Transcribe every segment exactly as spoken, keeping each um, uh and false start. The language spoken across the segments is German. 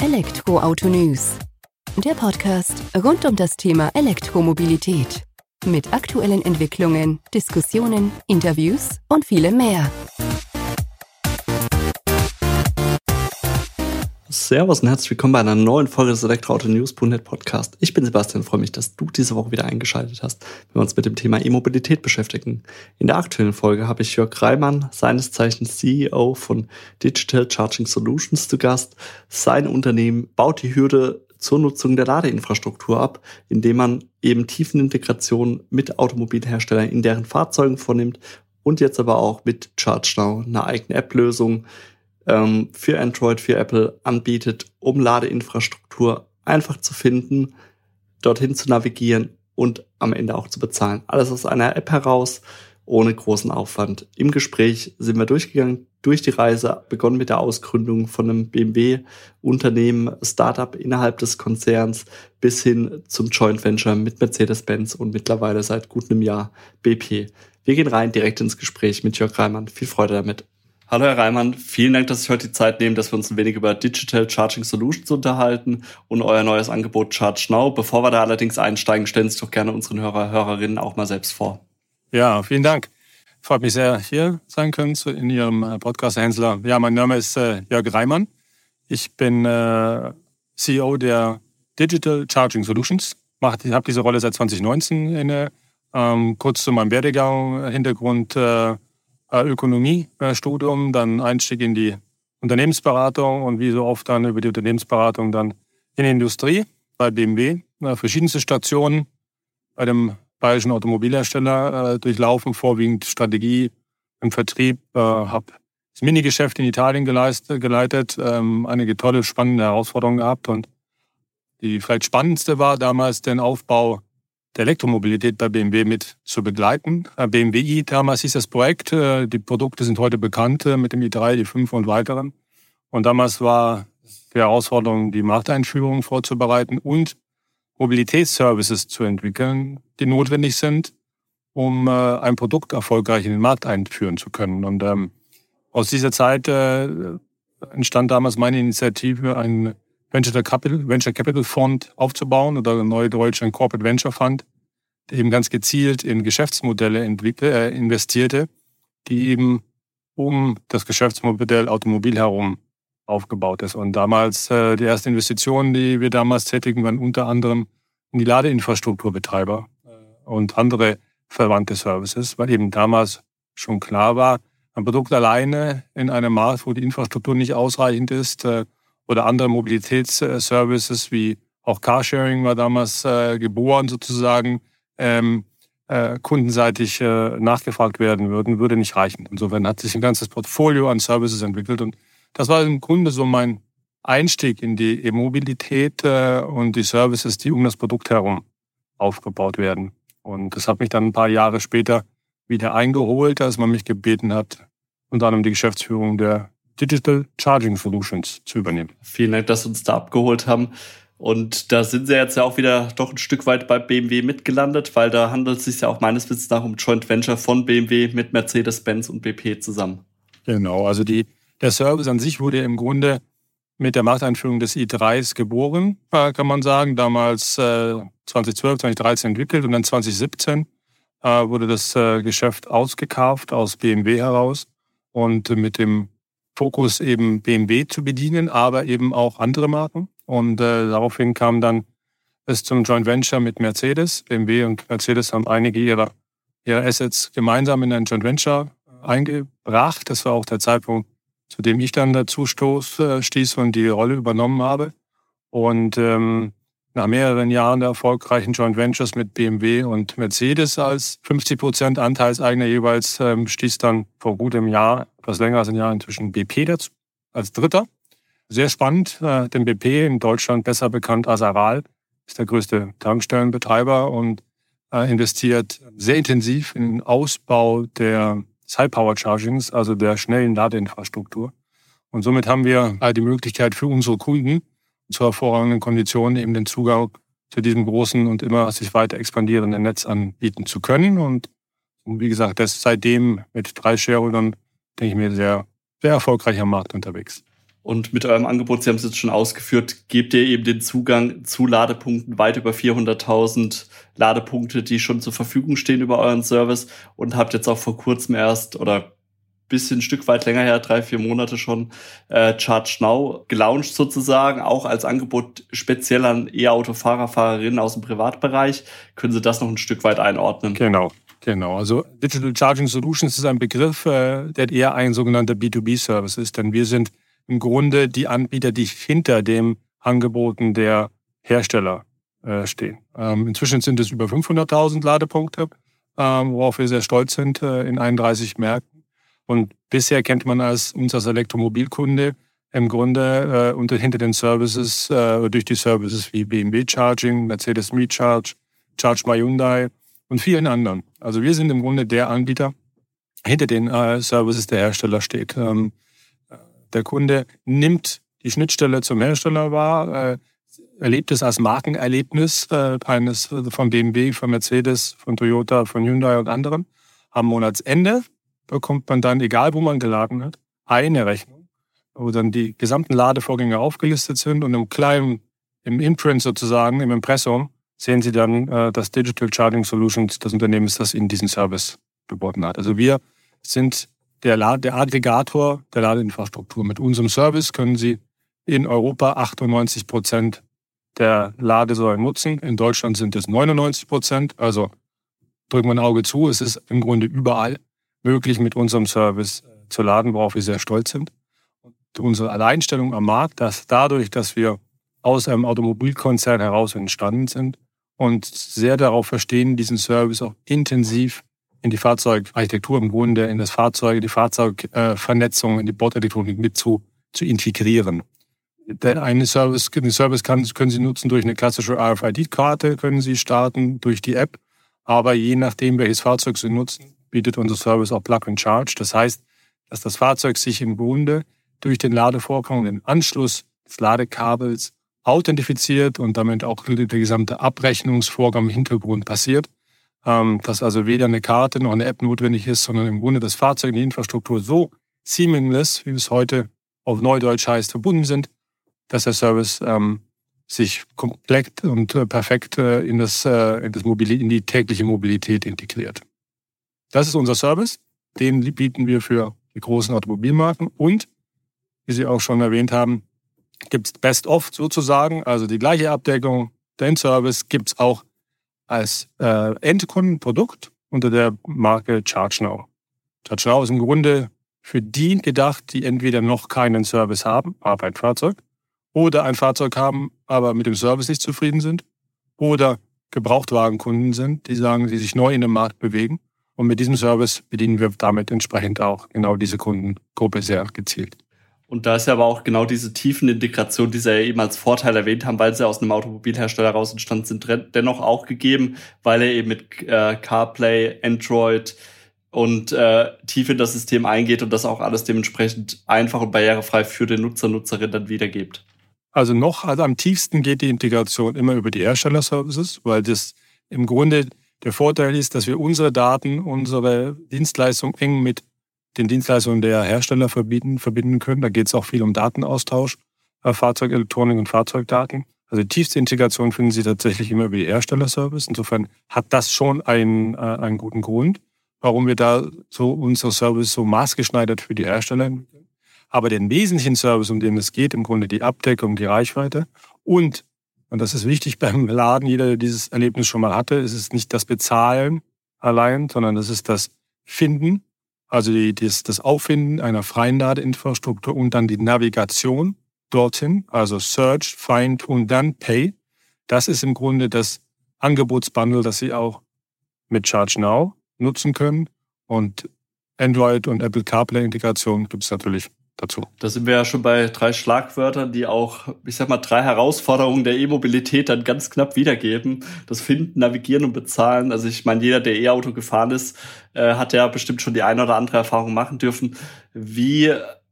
Elektroauto News, der Podcast rund um das Thema Elektromobilität. Mit aktuellen Entwicklungen, Diskussionen, Interviews und vielem mehr. Servus und herzlich willkommen bei einer neuen Folge des Elektroauto News Punkt net Podcast. Ich bin Sebastian und freue mich, dass du diese Woche wieder eingeschaltet hast, wenn wir uns mit dem Thema E-Mobilität beschäftigen. In der aktuellen Folge habe ich Jörg Reimann, seines Zeichens C E O von Digital Charging Solutions, zu Gast. Sein Unternehmen baut die Hürde zur Nutzung der Ladeinfrastruktur ab, indem man eben Tiefenintegration mit Automobilherstellern in deren Fahrzeugen vornimmt und jetzt aber auch mit ChargeNow eine eigene App-Lösung für Android, für Apple anbietet, um Ladeinfrastruktur einfach zu finden, dorthin zu navigieren und am Ende auch zu bezahlen. Alles aus einer App heraus, ohne großen Aufwand. Im Gespräch sind wir durchgegangen, durch die Reise, begonnen mit der Ausgründung von einem B M W-Unternehmen, Startup innerhalb des Konzerns, bis hin zum Joint Venture mit Mercedes-Benz und mittlerweile seit gut einem Jahr B P. Wir gehen rein direkt ins Gespräch mit Jörg Reimann. Viel Freude damit. Hallo Herr Reimann, vielen Dank, dass Sie heute die Zeit nehmen, dass wir uns ein wenig über Digital Charging Solutions unterhalten und euer neues Angebot ChargeNow. Bevor wir da allerdings einsteigen, stellen Sie sich doch gerne unseren Hörer, Hörerinnen auch mal selbst vor. Ja, vielen Dank. Freut mich sehr, hier sein können in Ihrem Podcast, Herr Hensler. Ja, mein Name ist äh, Jörg Reimann. Ich bin äh, C E O der Digital Charging Solutions. Ich habe diese Rolle seit zwanzig neunzehn inne. Ähm, kurz zu meinem Werdegang, Hintergrund äh, Ökonomiestudium, dann Einstieg in die Unternehmensberatung und wie so oft dann über die Unternehmensberatung dann in die Industrie bei B M W. Verschiedenste Stationen bei dem bayerischen Automobilhersteller äh, durchlaufen, vorwiegend Strategie im Vertrieb. Äh, habe das Minigeschäft in Italien geleistet, geleitet, ähm, einige tolle, spannende Herausforderungen gehabt. Und die vielleicht spannendste war damals den Aufbau der Elektromobilität bei B M W mit zu begleiten. B M W i, damals hieß das Projekt, die Produkte sind heute bekannt mit dem i drei, i fünf und weiteren. Und damals war die Herausforderung, die Markteinführung vorzubereiten und Mobilitätsservices zu entwickeln, die notwendig sind, um ein Produkt erfolgreich in den Markt einführen zu können. Und ähm, aus dieser Zeit äh, entstand damals meine Initiative, ein Venture Capital, Venture Capital Fund aufzubauen oder ein neuer deutscher Corporate Venture Fund, der eben ganz gezielt in Geschäftsmodelle entwickelt, äh, investierte, die eben um das Geschäftsmodell Automobil herum aufgebaut ist. Und damals, äh, die ersten Investitionen, die wir damals tätigen, waren unter anderem in die Ladeinfrastrukturbetreiber äh, und andere verwandte Services, weil eben damals schon klar war, ein Produkt alleine in einem Markt, wo die Infrastruktur nicht ausreichend ist, äh, oder andere Mobilitätsservices wie auch Carsharing war damals äh, geboren sozusagen, ähm, äh, kundenseitig äh, nachgefragt werden würden, würde nicht reichen. Insofern hat sich ein ganzes Portfolio an Services entwickelt und das war im Grunde so mein Einstieg in die E-Mobilität äh, und die Services, die um das Produkt herum aufgebaut werden. Und das hat mich dann ein paar Jahre später wieder eingeholt, als man mich gebeten hat, unter anderem die Geschäftsführung der Digital Charging Solutions zu übernehmen. Vielen Dank, dass Sie uns da abgeholt haben. Und da sind Sie jetzt ja auch wieder doch ein Stück weit bei B M W mitgelandet, weil da handelt es sich ja auch meines Wissens nach um Joint Venture von B M W mit Mercedes-Benz und B P zusammen. Genau, also die, der Service an sich wurde im Grunde mit der Markteinführung des i drei geboren, kann man sagen. Damals äh, zwanzig zwölf, zwanzig dreizehn entwickelt und dann zwanzig siebzehn äh, wurde das äh, Geschäft ausgekauft aus B M W heraus und äh, mit dem Fokus eben B M W zu bedienen, aber eben auch andere Marken. Und äh, daraufhin kam dann es zum Joint Venture mit Mercedes. B M W und Mercedes haben einige ihrer, ihrer Assets gemeinsam in ein Joint Venture eingebracht. Das war auch der Zeitpunkt, zu dem ich dann dazu stoß, äh, stieß und die Rolle übernommen habe. Und ähm, nach mehreren Jahren der erfolgreichen Joint Ventures mit B M W und Mercedes als fünfzig Prozent Anteilseigner jeweils ähm, stieß dann vor gut einem Jahr, etwas länger als ein Jahr inzwischen, B P dazu, als Dritter. Sehr spannend, äh, denn B P, in Deutschland besser bekannt als Aral, ist der größte Tankstellenbetreiber und äh, investiert sehr intensiv in den Ausbau der High-Power-Chargings, also der schnellen Ladeinfrastruktur. Und somit haben wir äh, die Möglichkeit für unsere Kunden zu hervorragenden Konditionen eben den Zugang zu diesem großen und immer sich weiter expandierenden Netz anbieten zu können. Und wie gesagt, das ist seitdem mit drei Shareholdern, denke ich mir, sehr, sehr erfolgreich am Markt unterwegs. Und mit eurem Angebot, Sie haben es jetzt schon ausgeführt, gebt ihr eben den Zugang zu Ladepunkten, weit über vierhunderttausend Ladepunkte, die schon zur Verfügung stehen über euren Service, und habt jetzt auch vor kurzem erst oder bisschen ein Stück weit länger her, drei, vier Monate schon, äh, Charge Now gelauncht sozusagen, auch als Angebot speziell an E-Auto-Fahrer, Fahrerinnen aus dem Privatbereich. Können Sie das noch ein Stück weit einordnen? Genau. Genau, also Digital Charging Solutions ist ein Begriff, äh, der eher ein sogenannter B zwei B Service ist, denn wir sind im Grunde die Anbieter, die hinter dem Angeboten der Hersteller äh, stehen. Ähm, inzwischen sind es über fünfhunderttausend Ladepunkte, ähm, worauf wir sehr stolz sind, äh, in einunddreißig Märkten. Und bisher kennt man als, uns als Elektromobilkunde im Grunde äh, unter, hinter den Services, äh, durch die Services wie B M W Charging, Mercedes MeCharge, Charge by Hyundai und vielen anderen. Also wir sind im Grunde der Anbieter, hinter den äh, Services der Hersteller steht. Ähm, der Kunde nimmt die Schnittstelle zum Hersteller wahr, äh, erlebt es als Markenerlebnis äh, eines von B M W, von Mercedes, von Toyota, von Hyundai und anderen. Am Monatsende bekommt man dann, egal wo man geladen hat, eine Rechnung, wo dann die gesamten Ladevorgänge aufgelistet sind, und im kleinen, im Imprint sozusagen, im Impressum, sehen Sie dann, äh, dass Digital Charging Solutions das Unternehmen ist, das Ihnen diesen Service geboten hat. Also wir sind der, La- der Aggregator der Ladeinfrastruktur. Mit unserem Service können Sie in Europa achtundneunzig Prozent der Ladesäulen nutzen. In Deutschland sind es neunundneunzig Prozent. Also drücken wir ein Auge zu. Es ist im Grunde überall möglich, mit unserem Service zu laden, worauf wir sehr stolz sind. Und unsere Alleinstellung am Markt, dass dadurch, dass wir aus einem Automobilkonzern heraus entstanden sind und sehr darauf verstehen, diesen Service auch intensiv in die Fahrzeugarchitektur im Grunde, in das Fahrzeug, die Fahrzeugvernetzung, in die Bordelektronik mit zu, zu integrieren. Der eine Service, den Service kann, können Sie nutzen durch eine klassische R F I D-Karte, können Sie starten durch die App, aber je nachdem, welches Fahrzeug Sie nutzen, bietet unser Service auch Plug and Charge. Das heißt, dass das Fahrzeug sich im Grunde durch den Ladevorgang, den Anschluss des Ladekabels authentifiziert und damit auch der gesamte Abrechnungsvorgang im Hintergrund passiert. Dass also weder eine Karte noch eine App notwendig ist, sondern im Grunde das Fahrzeug und die Infrastruktur so seamless, wie es heute auf Neudeutsch heißt, verbunden sind, dass der Service ähm, sich komplett und äh, perfekt äh, in, das, äh, in, das Mobili- in die tägliche Mobilität integriert. Das ist unser Service, den bieten wir für die großen Automobilmarken, und, wie Sie auch schon erwähnt haben, gibt es Best-of sozusagen, also die gleiche Abdeckung, den Service gibt es auch als äh, Endkundenprodukt unter der Marke Charge Now. Charge Now ist im Grunde für die gedacht, die entweder noch keinen Service haben, aber ein Fahrzeug, oder ein Fahrzeug haben, aber mit dem Service nicht zufrieden sind, oder Gebrauchtwagenkunden sind, die sagen, sie sich neu in dem Markt bewegen. Und mit diesem Service bedienen wir damit entsprechend auch genau diese Kundengruppe sehr gezielt. Und da ist ja aber auch genau diese Tiefenintegration, die Sie ja eben als Vorteil erwähnt haben, weil sie aus einem Automobilhersteller raus entstanden sind, dennoch auch gegeben, weil er eben mit äh, CarPlay, Android und äh, tief in das System eingeht und das auch alles dementsprechend einfach und barrierefrei für den Nutzer, Nutzerin dann wiedergibt. Also noch, also am tiefsten geht die Integration immer über die Herstellerservices, weil das im Grunde der Vorteil ist, dass wir unsere Daten, unsere Dienstleistung eng mit den Dienstleistungen der Hersteller verbinden, verbinden können. Da geht es auch viel um Datenaustausch, äh, Fahrzeugelektronik und Fahrzeugdaten. Also die tiefste Integration finden Sie tatsächlich immer über die Herstellerservice. Insofern hat das schon einen, äh, einen guten Grund, warum wir da so unser Service so maßgeschneidert für die Hersteller entwickeln. Aber den wesentlichen Service, um den es geht, im Grunde die Abdeckung, die Reichweite und, und das ist wichtig beim Laden, jeder, der dieses Erlebnis schon mal hatte, ist es nicht das Bezahlen allein, sondern das ist das Finden, also die, das, das Auffinden einer freien Ladeinfrastruktur und dann die Navigation dorthin, also Search, Find und dann Pay. Das ist im Grunde das Angebotsbundle, das Sie auch mit Charge Now nutzen können. Und Android und Apple CarPlay-Integration gibt es natürlich dazu. Da sind wir ja schon bei drei Schlagwörtern, die auch, ich sag mal, drei Herausforderungen der E-Mobilität dann ganz knapp wiedergeben. Das Finden, Navigieren und Bezahlen. Also ich meine, jeder, der E-Auto gefahren ist, äh, hat ja bestimmt schon die eine oder andere Erfahrung machen dürfen. Wie,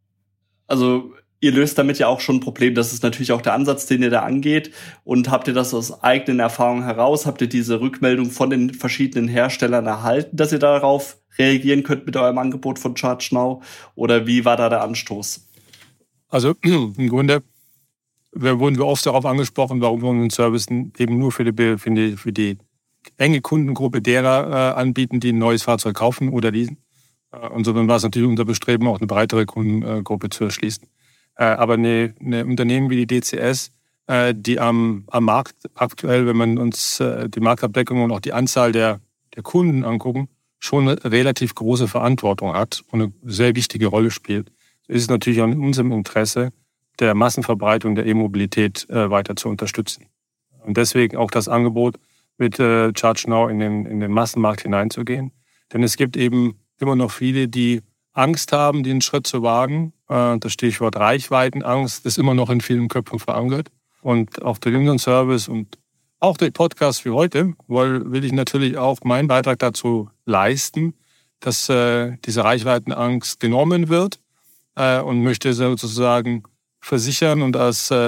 also ihr löst damit ja auch schon ein Problem. Das ist natürlich auch der Ansatz, den ihr da angeht. Und habt ihr das aus eigenen Erfahrungen heraus? Habt ihr diese Rückmeldung von den verschiedenen Herstellern erhalten, dass ihr darauf reagieren könnt mit eurem Angebot von Charge Now? Oder wie war da der Anstoß? Also im Grunde wir, wurden wir oft darauf angesprochen, warum wir unseren Service eben nur für die, für die, für die enge Kundengruppe derer äh, anbieten, die ein neues Fahrzeug kaufen oder leasen. Äh, und so dann war es natürlich unser Bestreben, auch eine breitere Kundengruppe zu erschließen. Äh, aber eine, eine Unternehmen wie die D C S, äh, die am, am Markt aktuell, wenn man uns äh, die Marktabdeckung und auch die Anzahl der, der Kunden angucken, schon eine relativ große Verantwortung hat und eine sehr wichtige Rolle spielt, ist es natürlich auch in unserem Interesse, der Massenverbreitung der E-Mobilität äh, weiter zu unterstützen. Und deswegen auch das Angebot, mit äh, ChargeNow in den, in den Massenmarkt hineinzugehen. Denn es gibt eben immer noch viele, die Angst haben, den Schritt zu wagen. Äh, das Stichwort Reichweitenangst ist immer noch in vielen Köpfen verankert. Und auch durch unseren Service und auch durch Podcasts wie heute weil, will ich natürlich auch meinen Beitrag dazu leisten, dass äh, diese Reichweitenangst genommen wird äh, und möchte sozusagen versichern und als äh,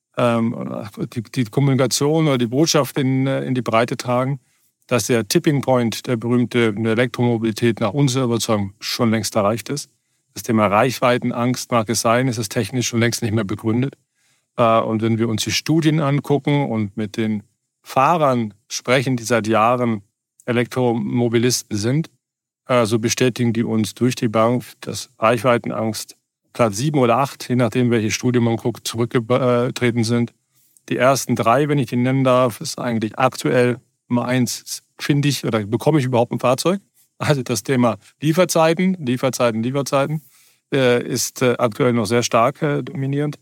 ähm, die, die Kommunikation oder die Botschaft in, in die Breite tragen, dass der Tipping Point, der berühmte der Elektromobilität nach unserer Überzeugung schon längst erreicht ist. Das Thema Reichweitenangst mag es sein, ist es technisch schon längst nicht mehr begründet. Äh, und wenn wir uns die Studien angucken und mit den Fahrern sprechen, die seit Jahren Elektromobilisten sind, äh, so bestätigen die uns durch die Bank, dass Reichweitenangst Platz sieben oder acht, je nachdem, welche Studie man guckt, zurückgetreten sind. Die ersten drei, wenn ich die nennen darf, ist eigentlich aktuell Nummer eins, finde ich, oder bekomme ich überhaupt ein Fahrzeug? Also das Thema Lieferzeiten, Lieferzeiten, Lieferzeiten äh, ist äh, aktuell noch sehr stark äh, dominierend.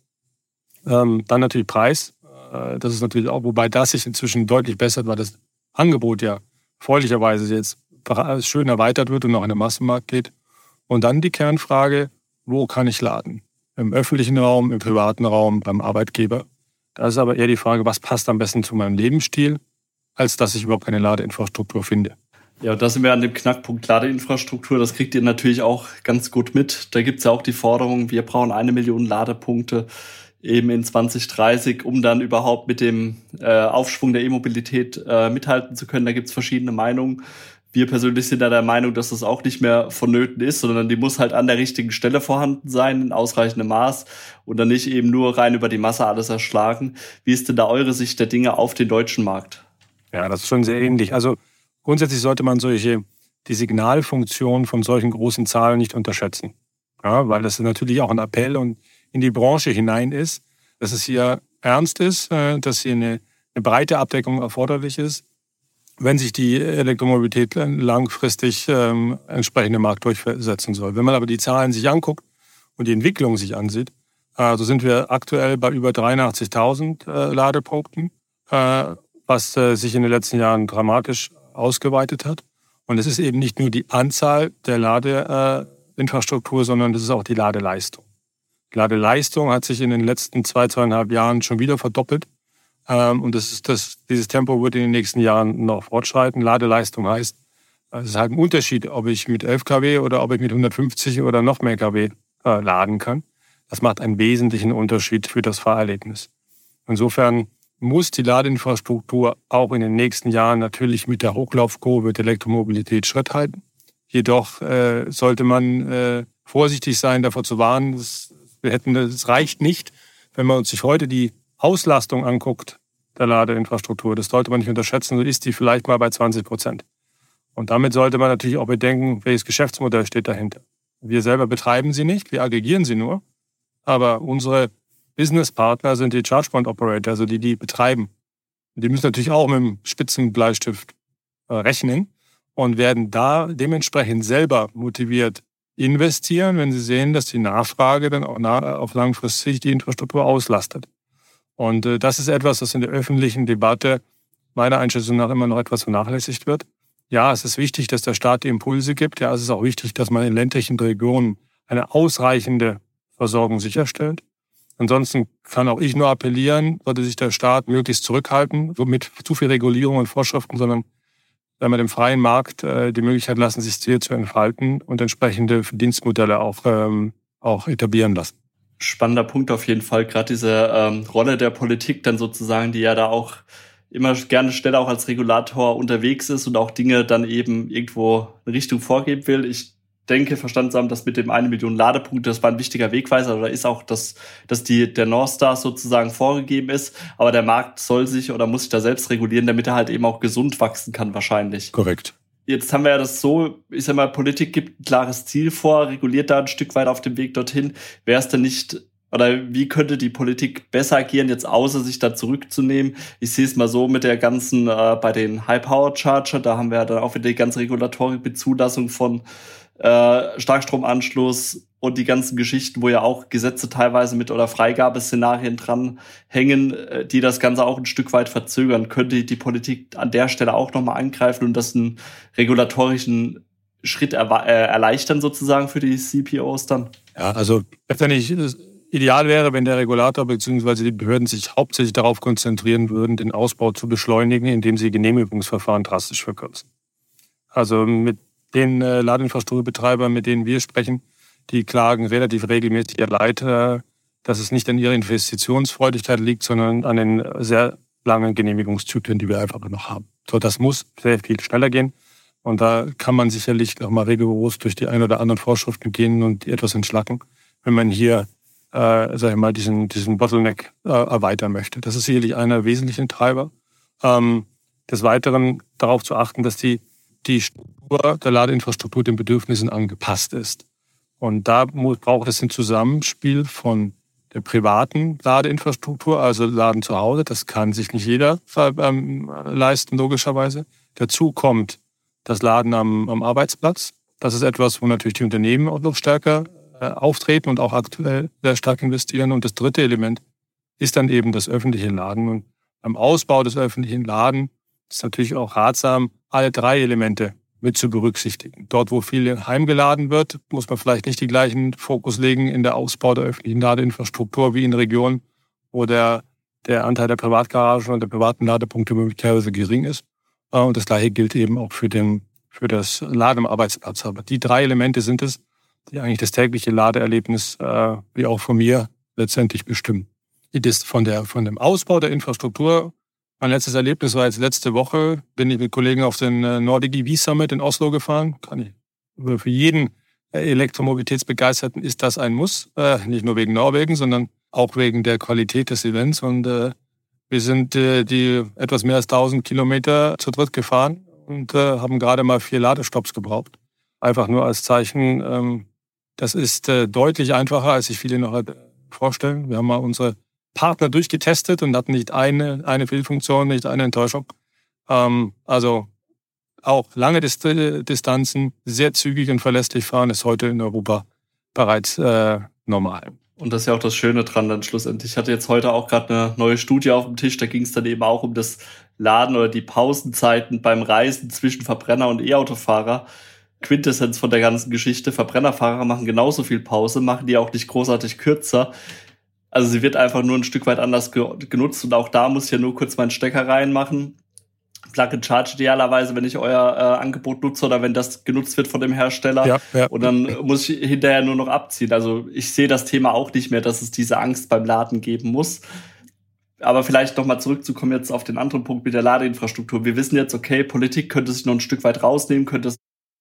Ähm, dann natürlich Preis. Äh, das ist natürlich auch, wobei das sich inzwischen deutlich bessert, weil das Angebot ja erfreulicherweise jetzt schön erweitert wird und noch in den Massenmarkt geht. Und dann die Kernfrage, wo kann ich laden? Im öffentlichen Raum, im privaten Raum, beim Arbeitgeber. Da ist aber eher die Frage, was passt am besten zu meinem Lebensstil, als dass ich überhaupt keine Ladeinfrastruktur finde. Ja, da sind wir an dem Knackpunkt Ladeinfrastruktur. Das kriegt ihr natürlich auch ganz gut mit. Da gibt es ja auch die Forderung, wir brauchen eine Million Ladepunkte eben in zwanzig dreißig, um dann überhaupt mit dem äh, Aufschwung der E-Mobilität äh, mithalten zu können. Da gibt es verschiedene Meinungen. Wir persönlich sind da der Meinung, dass das auch nicht mehr vonnöten ist, sondern die muss halt an der richtigen Stelle vorhanden sein, in ausreichendem Maß und dann nicht eben nur rein über die Masse alles erschlagen. Wie ist denn da eure Sicht der Dinge auf den deutschen Markt? Ja, das ist schon sehr ähnlich. Also grundsätzlich sollte man solche, die Signalfunktion von solchen großen Zahlen nicht unterschätzen. Ja, weil das natürlich auch ein Appell und in die Branche hinein ist, dass es hier ernst ist, dass hier eine, eine breite Abdeckung erforderlich ist, wenn sich die Elektromobilität langfristig ähm, entsprechend im Markt durchsetzen soll. Wenn man aber die Zahlen sich anguckt und die Entwicklung sich ansieht, äh, so sind wir aktuell bei über dreiundachtzigtausend äh, Ladepunkten, äh, was äh, sich in den letzten Jahren dramatisch ausgeweitet hat. Und es ist eben nicht nur die Anzahl der Ladeinfrastruktur, äh, sondern es ist auch die Ladeleistung. Die Ladeleistung hat sich in den letzten zwei, zweieinhalb Jahren schon wieder verdoppelt. Und das ist das, dieses Tempo wird in den nächsten Jahren noch fortschreiten. Ladeleistung heißt, es ist halt ein Unterschied, ob ich mit elf Kilowatt oder ob ich mit hundertfünfzig oder noch mehr Kilowatt äh, laden kann. Das macht einen wesentlichen Unterschied für das Fahrerlebnis. Insofern muss die Ladeinfrastruktur auch in den nächsten Jahren natürlich mit der Hochlaufkurve der Elektromobilität Schritt halten. Jedoch äh, sollte man äh, vorsichtig sein, davor zu warnen. Es, wir hätten, es reicht nicht, wenn man sich heute die Auslastung anguckt der Ladeinfrastruktur, das sollte man nicht unterschätzen, so ist die vielleicht mal bei zwanzig Prozent. Und damit sollte man natürlich auch bedenken, welches Geschäftsmodell steht dahinter. Wir selber betreiben sie nicht, wir aggregieren sie nur, aber unsere Businesspartner sind die Charge Point Operator, also die die betreiben. Und die müssen natürlich auch mit dem Spitzenbleistift äh, rechnen und werden da dementsprechend selber motiviert investieren, wenn sie sehen, dass die Nachfrage dann auch nach, auf langfristig die Infrastruktur auslastet. Und äh, das ist etwas, das in der öffentlichen Debatte meiner Einschätzung nach immer noch etwas vernachlässigt wird. Ja, es ist wichtig, dass der Staat die Impulse gibt. Ja, es ist auch wichtig, dass man in ländlichen Regionen eine ausreichende Versorgung sicherstellt. Ansonsten kann auch ich nur appellieren, sollte sich der Staat möglichst zurückhalten, so mit zu viel Regulierung und Vorschriften, sondern wenn wir dem freien Markt äh, die Möglichkeit lassen, sich hier zu entfalten und entsprechende Verdienstmodelle auch, ähm, auch etablieren lassen. Spannender Punkt auf jeden Fall, gerade diese ähm, Rolle der Politik dann sozusagen, die ja da auch immer gerne schneller auch als Regulator unterwegs ist und auch Dinge dann eben irgendwo eine Richtung vorgeben will. Ich denke, verstanden zu haben, dass mit dem eine Million Ladepunkte, das war ein wichtiger Wegweiser, oder ist auch, dass, dass die, der North Star sozusagen vorgegeben ist, aber der Markt soll sich oder muss sich da selbst regulieren, damit er halt eben auch gesund wachsen kann wahrscheinlich. Korrekt. Jetzt haben wir ja das so, ich sag mal, Politik gibt ein klares Ziel vor, reguliert da ein Stück weit auf dem Weg dorthin. Wäre es denn nicht, oder wie könnte die Politik besser agieren, jetzt außer sich da zurückzunehmen? Ich sehe es mal so mit der ganzen, äh, bei den High-Power-Charger, da haben wir ja dann auch wieder die ganze Regulatorik mit Zulassung von äh, Starkstromanschluss und die ganzen Geschichten, wo ja auch Gesetze teilweise mit oder Freigabeszenarien dran hängen, äh, die das Ganze auch ein Stück weit verzögern. Könnte die Politik an der Stelle auch nochmal eingreifen und das einen regulatorischen Schritt erwa- äh, erleichtern sozusagen für die C P Os dann? Ja, also letztendlich ideal wäre, wenn der Regulator bzw. die Behörden sich hauptsächlich darauf konzentrieren würden, den Ausbau zu beschleunigen, indem sie Genehmigungsverfahren drastisch verkürzen. Also mit den äh, Ladeinfrastrukturbetreibern, mit denen wir sprechen, die klagen relativ regelmäßig ihr Leid, äh, dass es nicht an ihrer Investitionsfreudigkeit liegt, sondern an den sehr langen Genehmigungszyklen, die wir einfach noch haben. So, das muss sehr viel schneller gehen. Und da kann man sicherlich auch mal rigoros durch die ein oder anderen Vorschriften gehen und die etwas entschlacken, wenn man hier äh, sag ich mal, diesen, diesen Bottleneck äh, erweitern möchte. Das ist sicherlich einer der wesentlichen Treiber. Ähm, des Weiteren darauf zu achten, dass die, die Struktur der Ladeinfrastruktur den Bedürfnissen angepasst ist. Und da muss, braucht es ein Zusammenspiel von der privaten Ladeinfrastruktur, also Laden zu Hause. Das kann sich nicht jeder ähm, leisten, logischerweise. Dazu kommt das Laden am, am Arbeitsplatz. Das ist etwas, wo natürlich die Unternehmen auch noch stärker äh, auftreten und auch aktuell sehr stark investieren. Und das dritte Element ist dann eben das öffentliche Laden. Und beim Ausbau des öffentlichen Ladens ist natürlich auch ratsam, alle drei Elemente mit zu berücksichtigen. Dort, wo viel heimgeladen wird, muss man vielleicht nicht den gleichen Fokus legen in der Ausbau der öffentlichen Ladeinfrastruktur wie in Regionen, wo der, der Anteil der Privatgaragen und der privaten Ladepunkte möglicherweise gering ist. Und das Gleiche gilt eben auch für, den, für das Laden am Arbeitsplatz. Aber die drei Elemente sind es, die eigentlich das tägliche Ladeerlebnis, äh, wie auch von mir, letztendlich bestimmen. Das von, der, von dem Ausbau der Infrastruktur. Mein letztes Erlebnis war jetzt letzte Woche, bin ich mit Kollegen auf den Nordic E V Summit in Oslo gefahren. Kann ich. Für jeden Elektromobilitätsbegeisterten ist das ein Muss. Äh, nicht nur wegen Norwegen, sondern auch wegen der Qualität des Events. Und äh, wir sind äh, die etwas mehr als tausend Kilometer zu dritt gefahren und äh, haben gerade mal vier Ladestopps gebraucht. Einfach nur als Zeichen, ähm, das ist äh, deutlich einfacher, als sich viele noch äh, vorstellen. Wir haben mal unsere Partner durchgetestet und hatten nicht eine, eine Fehlfunktion, nicht eine Enttäuschung. Ähm, also auch lange Dist- Distanzen, sehr zügig und verlässlich fahren, ist heute in Europa bereits äh, normal. Und das ist ja auch das Schöne dran dann schlussendlich. Ich hatte jetzt heute auch gerade eine neue Studie auf dem Tisch, da ging es dann eben auch um das Laden oder die Pausenzeiten beim Reisen zwischen Verbrenner- und E-Autofahrer. Quintessenz von der ganzen Geschichte, Verbrennerfahrer machen genauso viel Pause, machen die auch nicht großartig kürzer. Also sie wird einfach nur ein Stück weit anders ge- genutzt und auch da muss ich ja nur kurz meinen Stecker reinmachen. Plug-and-Charge idealerweise, wenn ich euer äh, Angebot nutze oder wenn das genutzt wird von dem Hersteller. Ja, ja. Und dann muss ich hinterher nur noch abziehen. Also ich sehe das Thema auch nicht mehr, dass es diese Angst beim Laden geben muss. Aber vielleicht nochmal zurückzukommen jetzt auf den anderen Punkt mit der Ladeinfrastruktur. Wir wissen jetzt, okay, Politik könnte sich noch ein Stück weit rausnehmen, könnte es.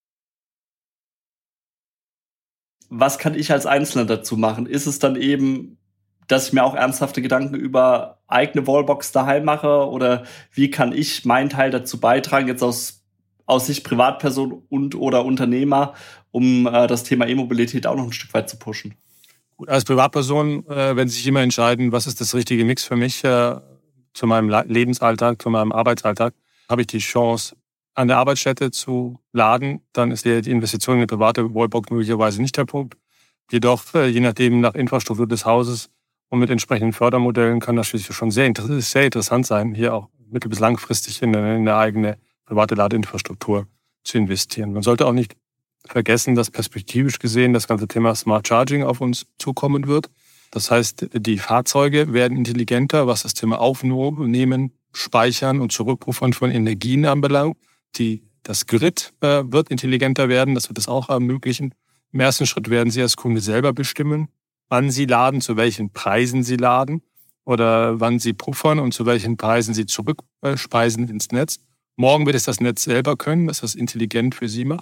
Was kann ich als Einzelner dazu machen? Ist es dann eben, dass ich mir auch ernsthafte Gedanken über eigene Wallbox daheim mache? Oder wie kann ich meinen Teil dazu beitragen, jetzt aus, aus Sicht Privatperson und oder Unternehmer, um äh, das Thema E-Mobilität auch noch ein Stück weit zu pushen? Gut, als Privatperson äh, werden Sie sich immer entscheiden, was ist das richtige Mix für mich äh, zu meinem Lebensalltag, zu meinem Arbeitsalltag. Habe ich die Chance, an der Arbeitsstätte zu laden, dann ist die Investition in eine private Wallbox möglicherweise nicht der Punkt. Jedoch, äh, je nachdem nach Infrastruktur des Hauses, und mit entsprechenden Fördermodellen kann das schon sehr, inter- sehr interessant sein, hier auch mittel- bis langfristig in eine, in eine eigene private Ladeinfrastruktur zu investieren. Man sollte auch nicht vergessen, dass perspektivisch gesehen das ganze Thema Smart Charging auf uns zukommen wird. Das heißt, die Fahrzeuge werden intelligenter, was das Thema Aufnehmen, Speichern und Zurückrufen von Energien anbelangt. Die, das Grid äh, wird intelligenter werden, das wird es auch ermöglichen. Im ersten Schritt werden Sie als Kunde selber bestimmen, wann Sie laden, zu welchen Preisen Sie laden oder wann Sie puffern und zu welchen Preisen Sie zurückspeisen ins Netz. Morgen wird es das Netz selber können, dass das intelligent für Sie macht.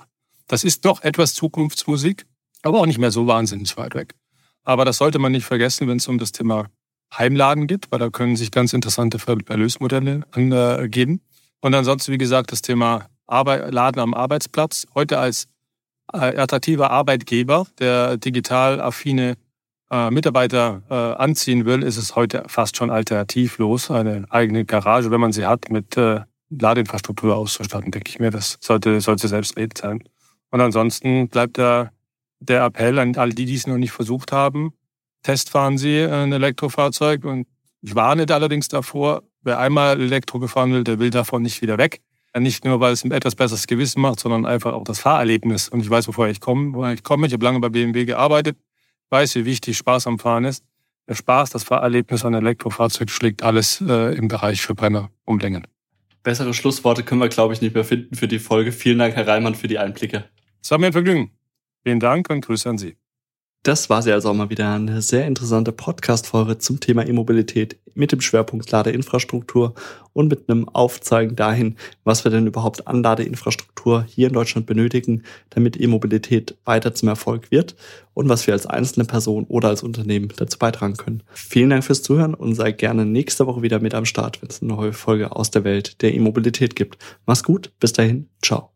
Das ist doch etwas Zukunftsmusik, aber auch nicht mehr so wahnsinnig weit weg. Aber das sollte man nicht vergessen, wenn es um das Thema Heimladen geht, weil da können sich ganz interessante Erlösmodelle angeben. Und ansonsten, wie gesagt, das Thema Arbeit, Laden am Arbeitsplatz. Heute als äh, attraktiver Arbeitgeber, der digital affine äh, Mitarbeiter äh, anziehen will, ist es heute fast schon alternativlos, eine eigene Garage, wenn man sie hat, mit äh, Ladeinfrastruktur auszustatten, denke ich mir. Das sollte, sollte selbstredend sein. Und ansonsten bleibt da der Appell an all die, die es noch nicht versucht haben. Testfahren Sie ein Elektrofahrzeug und ich warne allerdings davor, wer einmal Elektro gefahren will, der will davon nicht wieder weg. Nicht nur, weil es ein etwas besseres Gewissen macht, sondern einfach auch das Fahrerlebnis. Und ich weiß, wovor ich komme. Woher ich komme. Ich habe lange bei B M W gearbeitet. Ich weiß, wie wichtig Spaß am Fahren ist. Der Spaß, das Fahrerlebnis an Elektrofahrzeug schlägt alles äh, im Bereich Verbrenner um Längen. Bessere Schlussworte können wir, glaube ich, nicht mehr finden für die Folge. Vielen Dank, Herr Reimann, für die Einblicke. Es war mir ein Vergnügen. Vielen Dank und Grüße an Sie. Das war sie also auch mal wieder, eine sehr interessante Podcast-Folge zum Thema E-Mobilität mit dem Schwerpunkt Ladeinfrastruktur und mit einem Aufzeigen dahin, was wir denn überhaupt an Ladeinfrastruktur hier in Deutschland benötigen, damit E-Mobilität weiter zum Erfolg wird und was wir als einzelne Person oder als Unternehmen dazu beitragen können. Vielen Dank fürs Zuhören und sei gerne nächste Woche wieder mit am Start, wenn es eine neue Folge aus der Welt der E-Mobilität gibt. Mach's gut, bis dahin, ciao.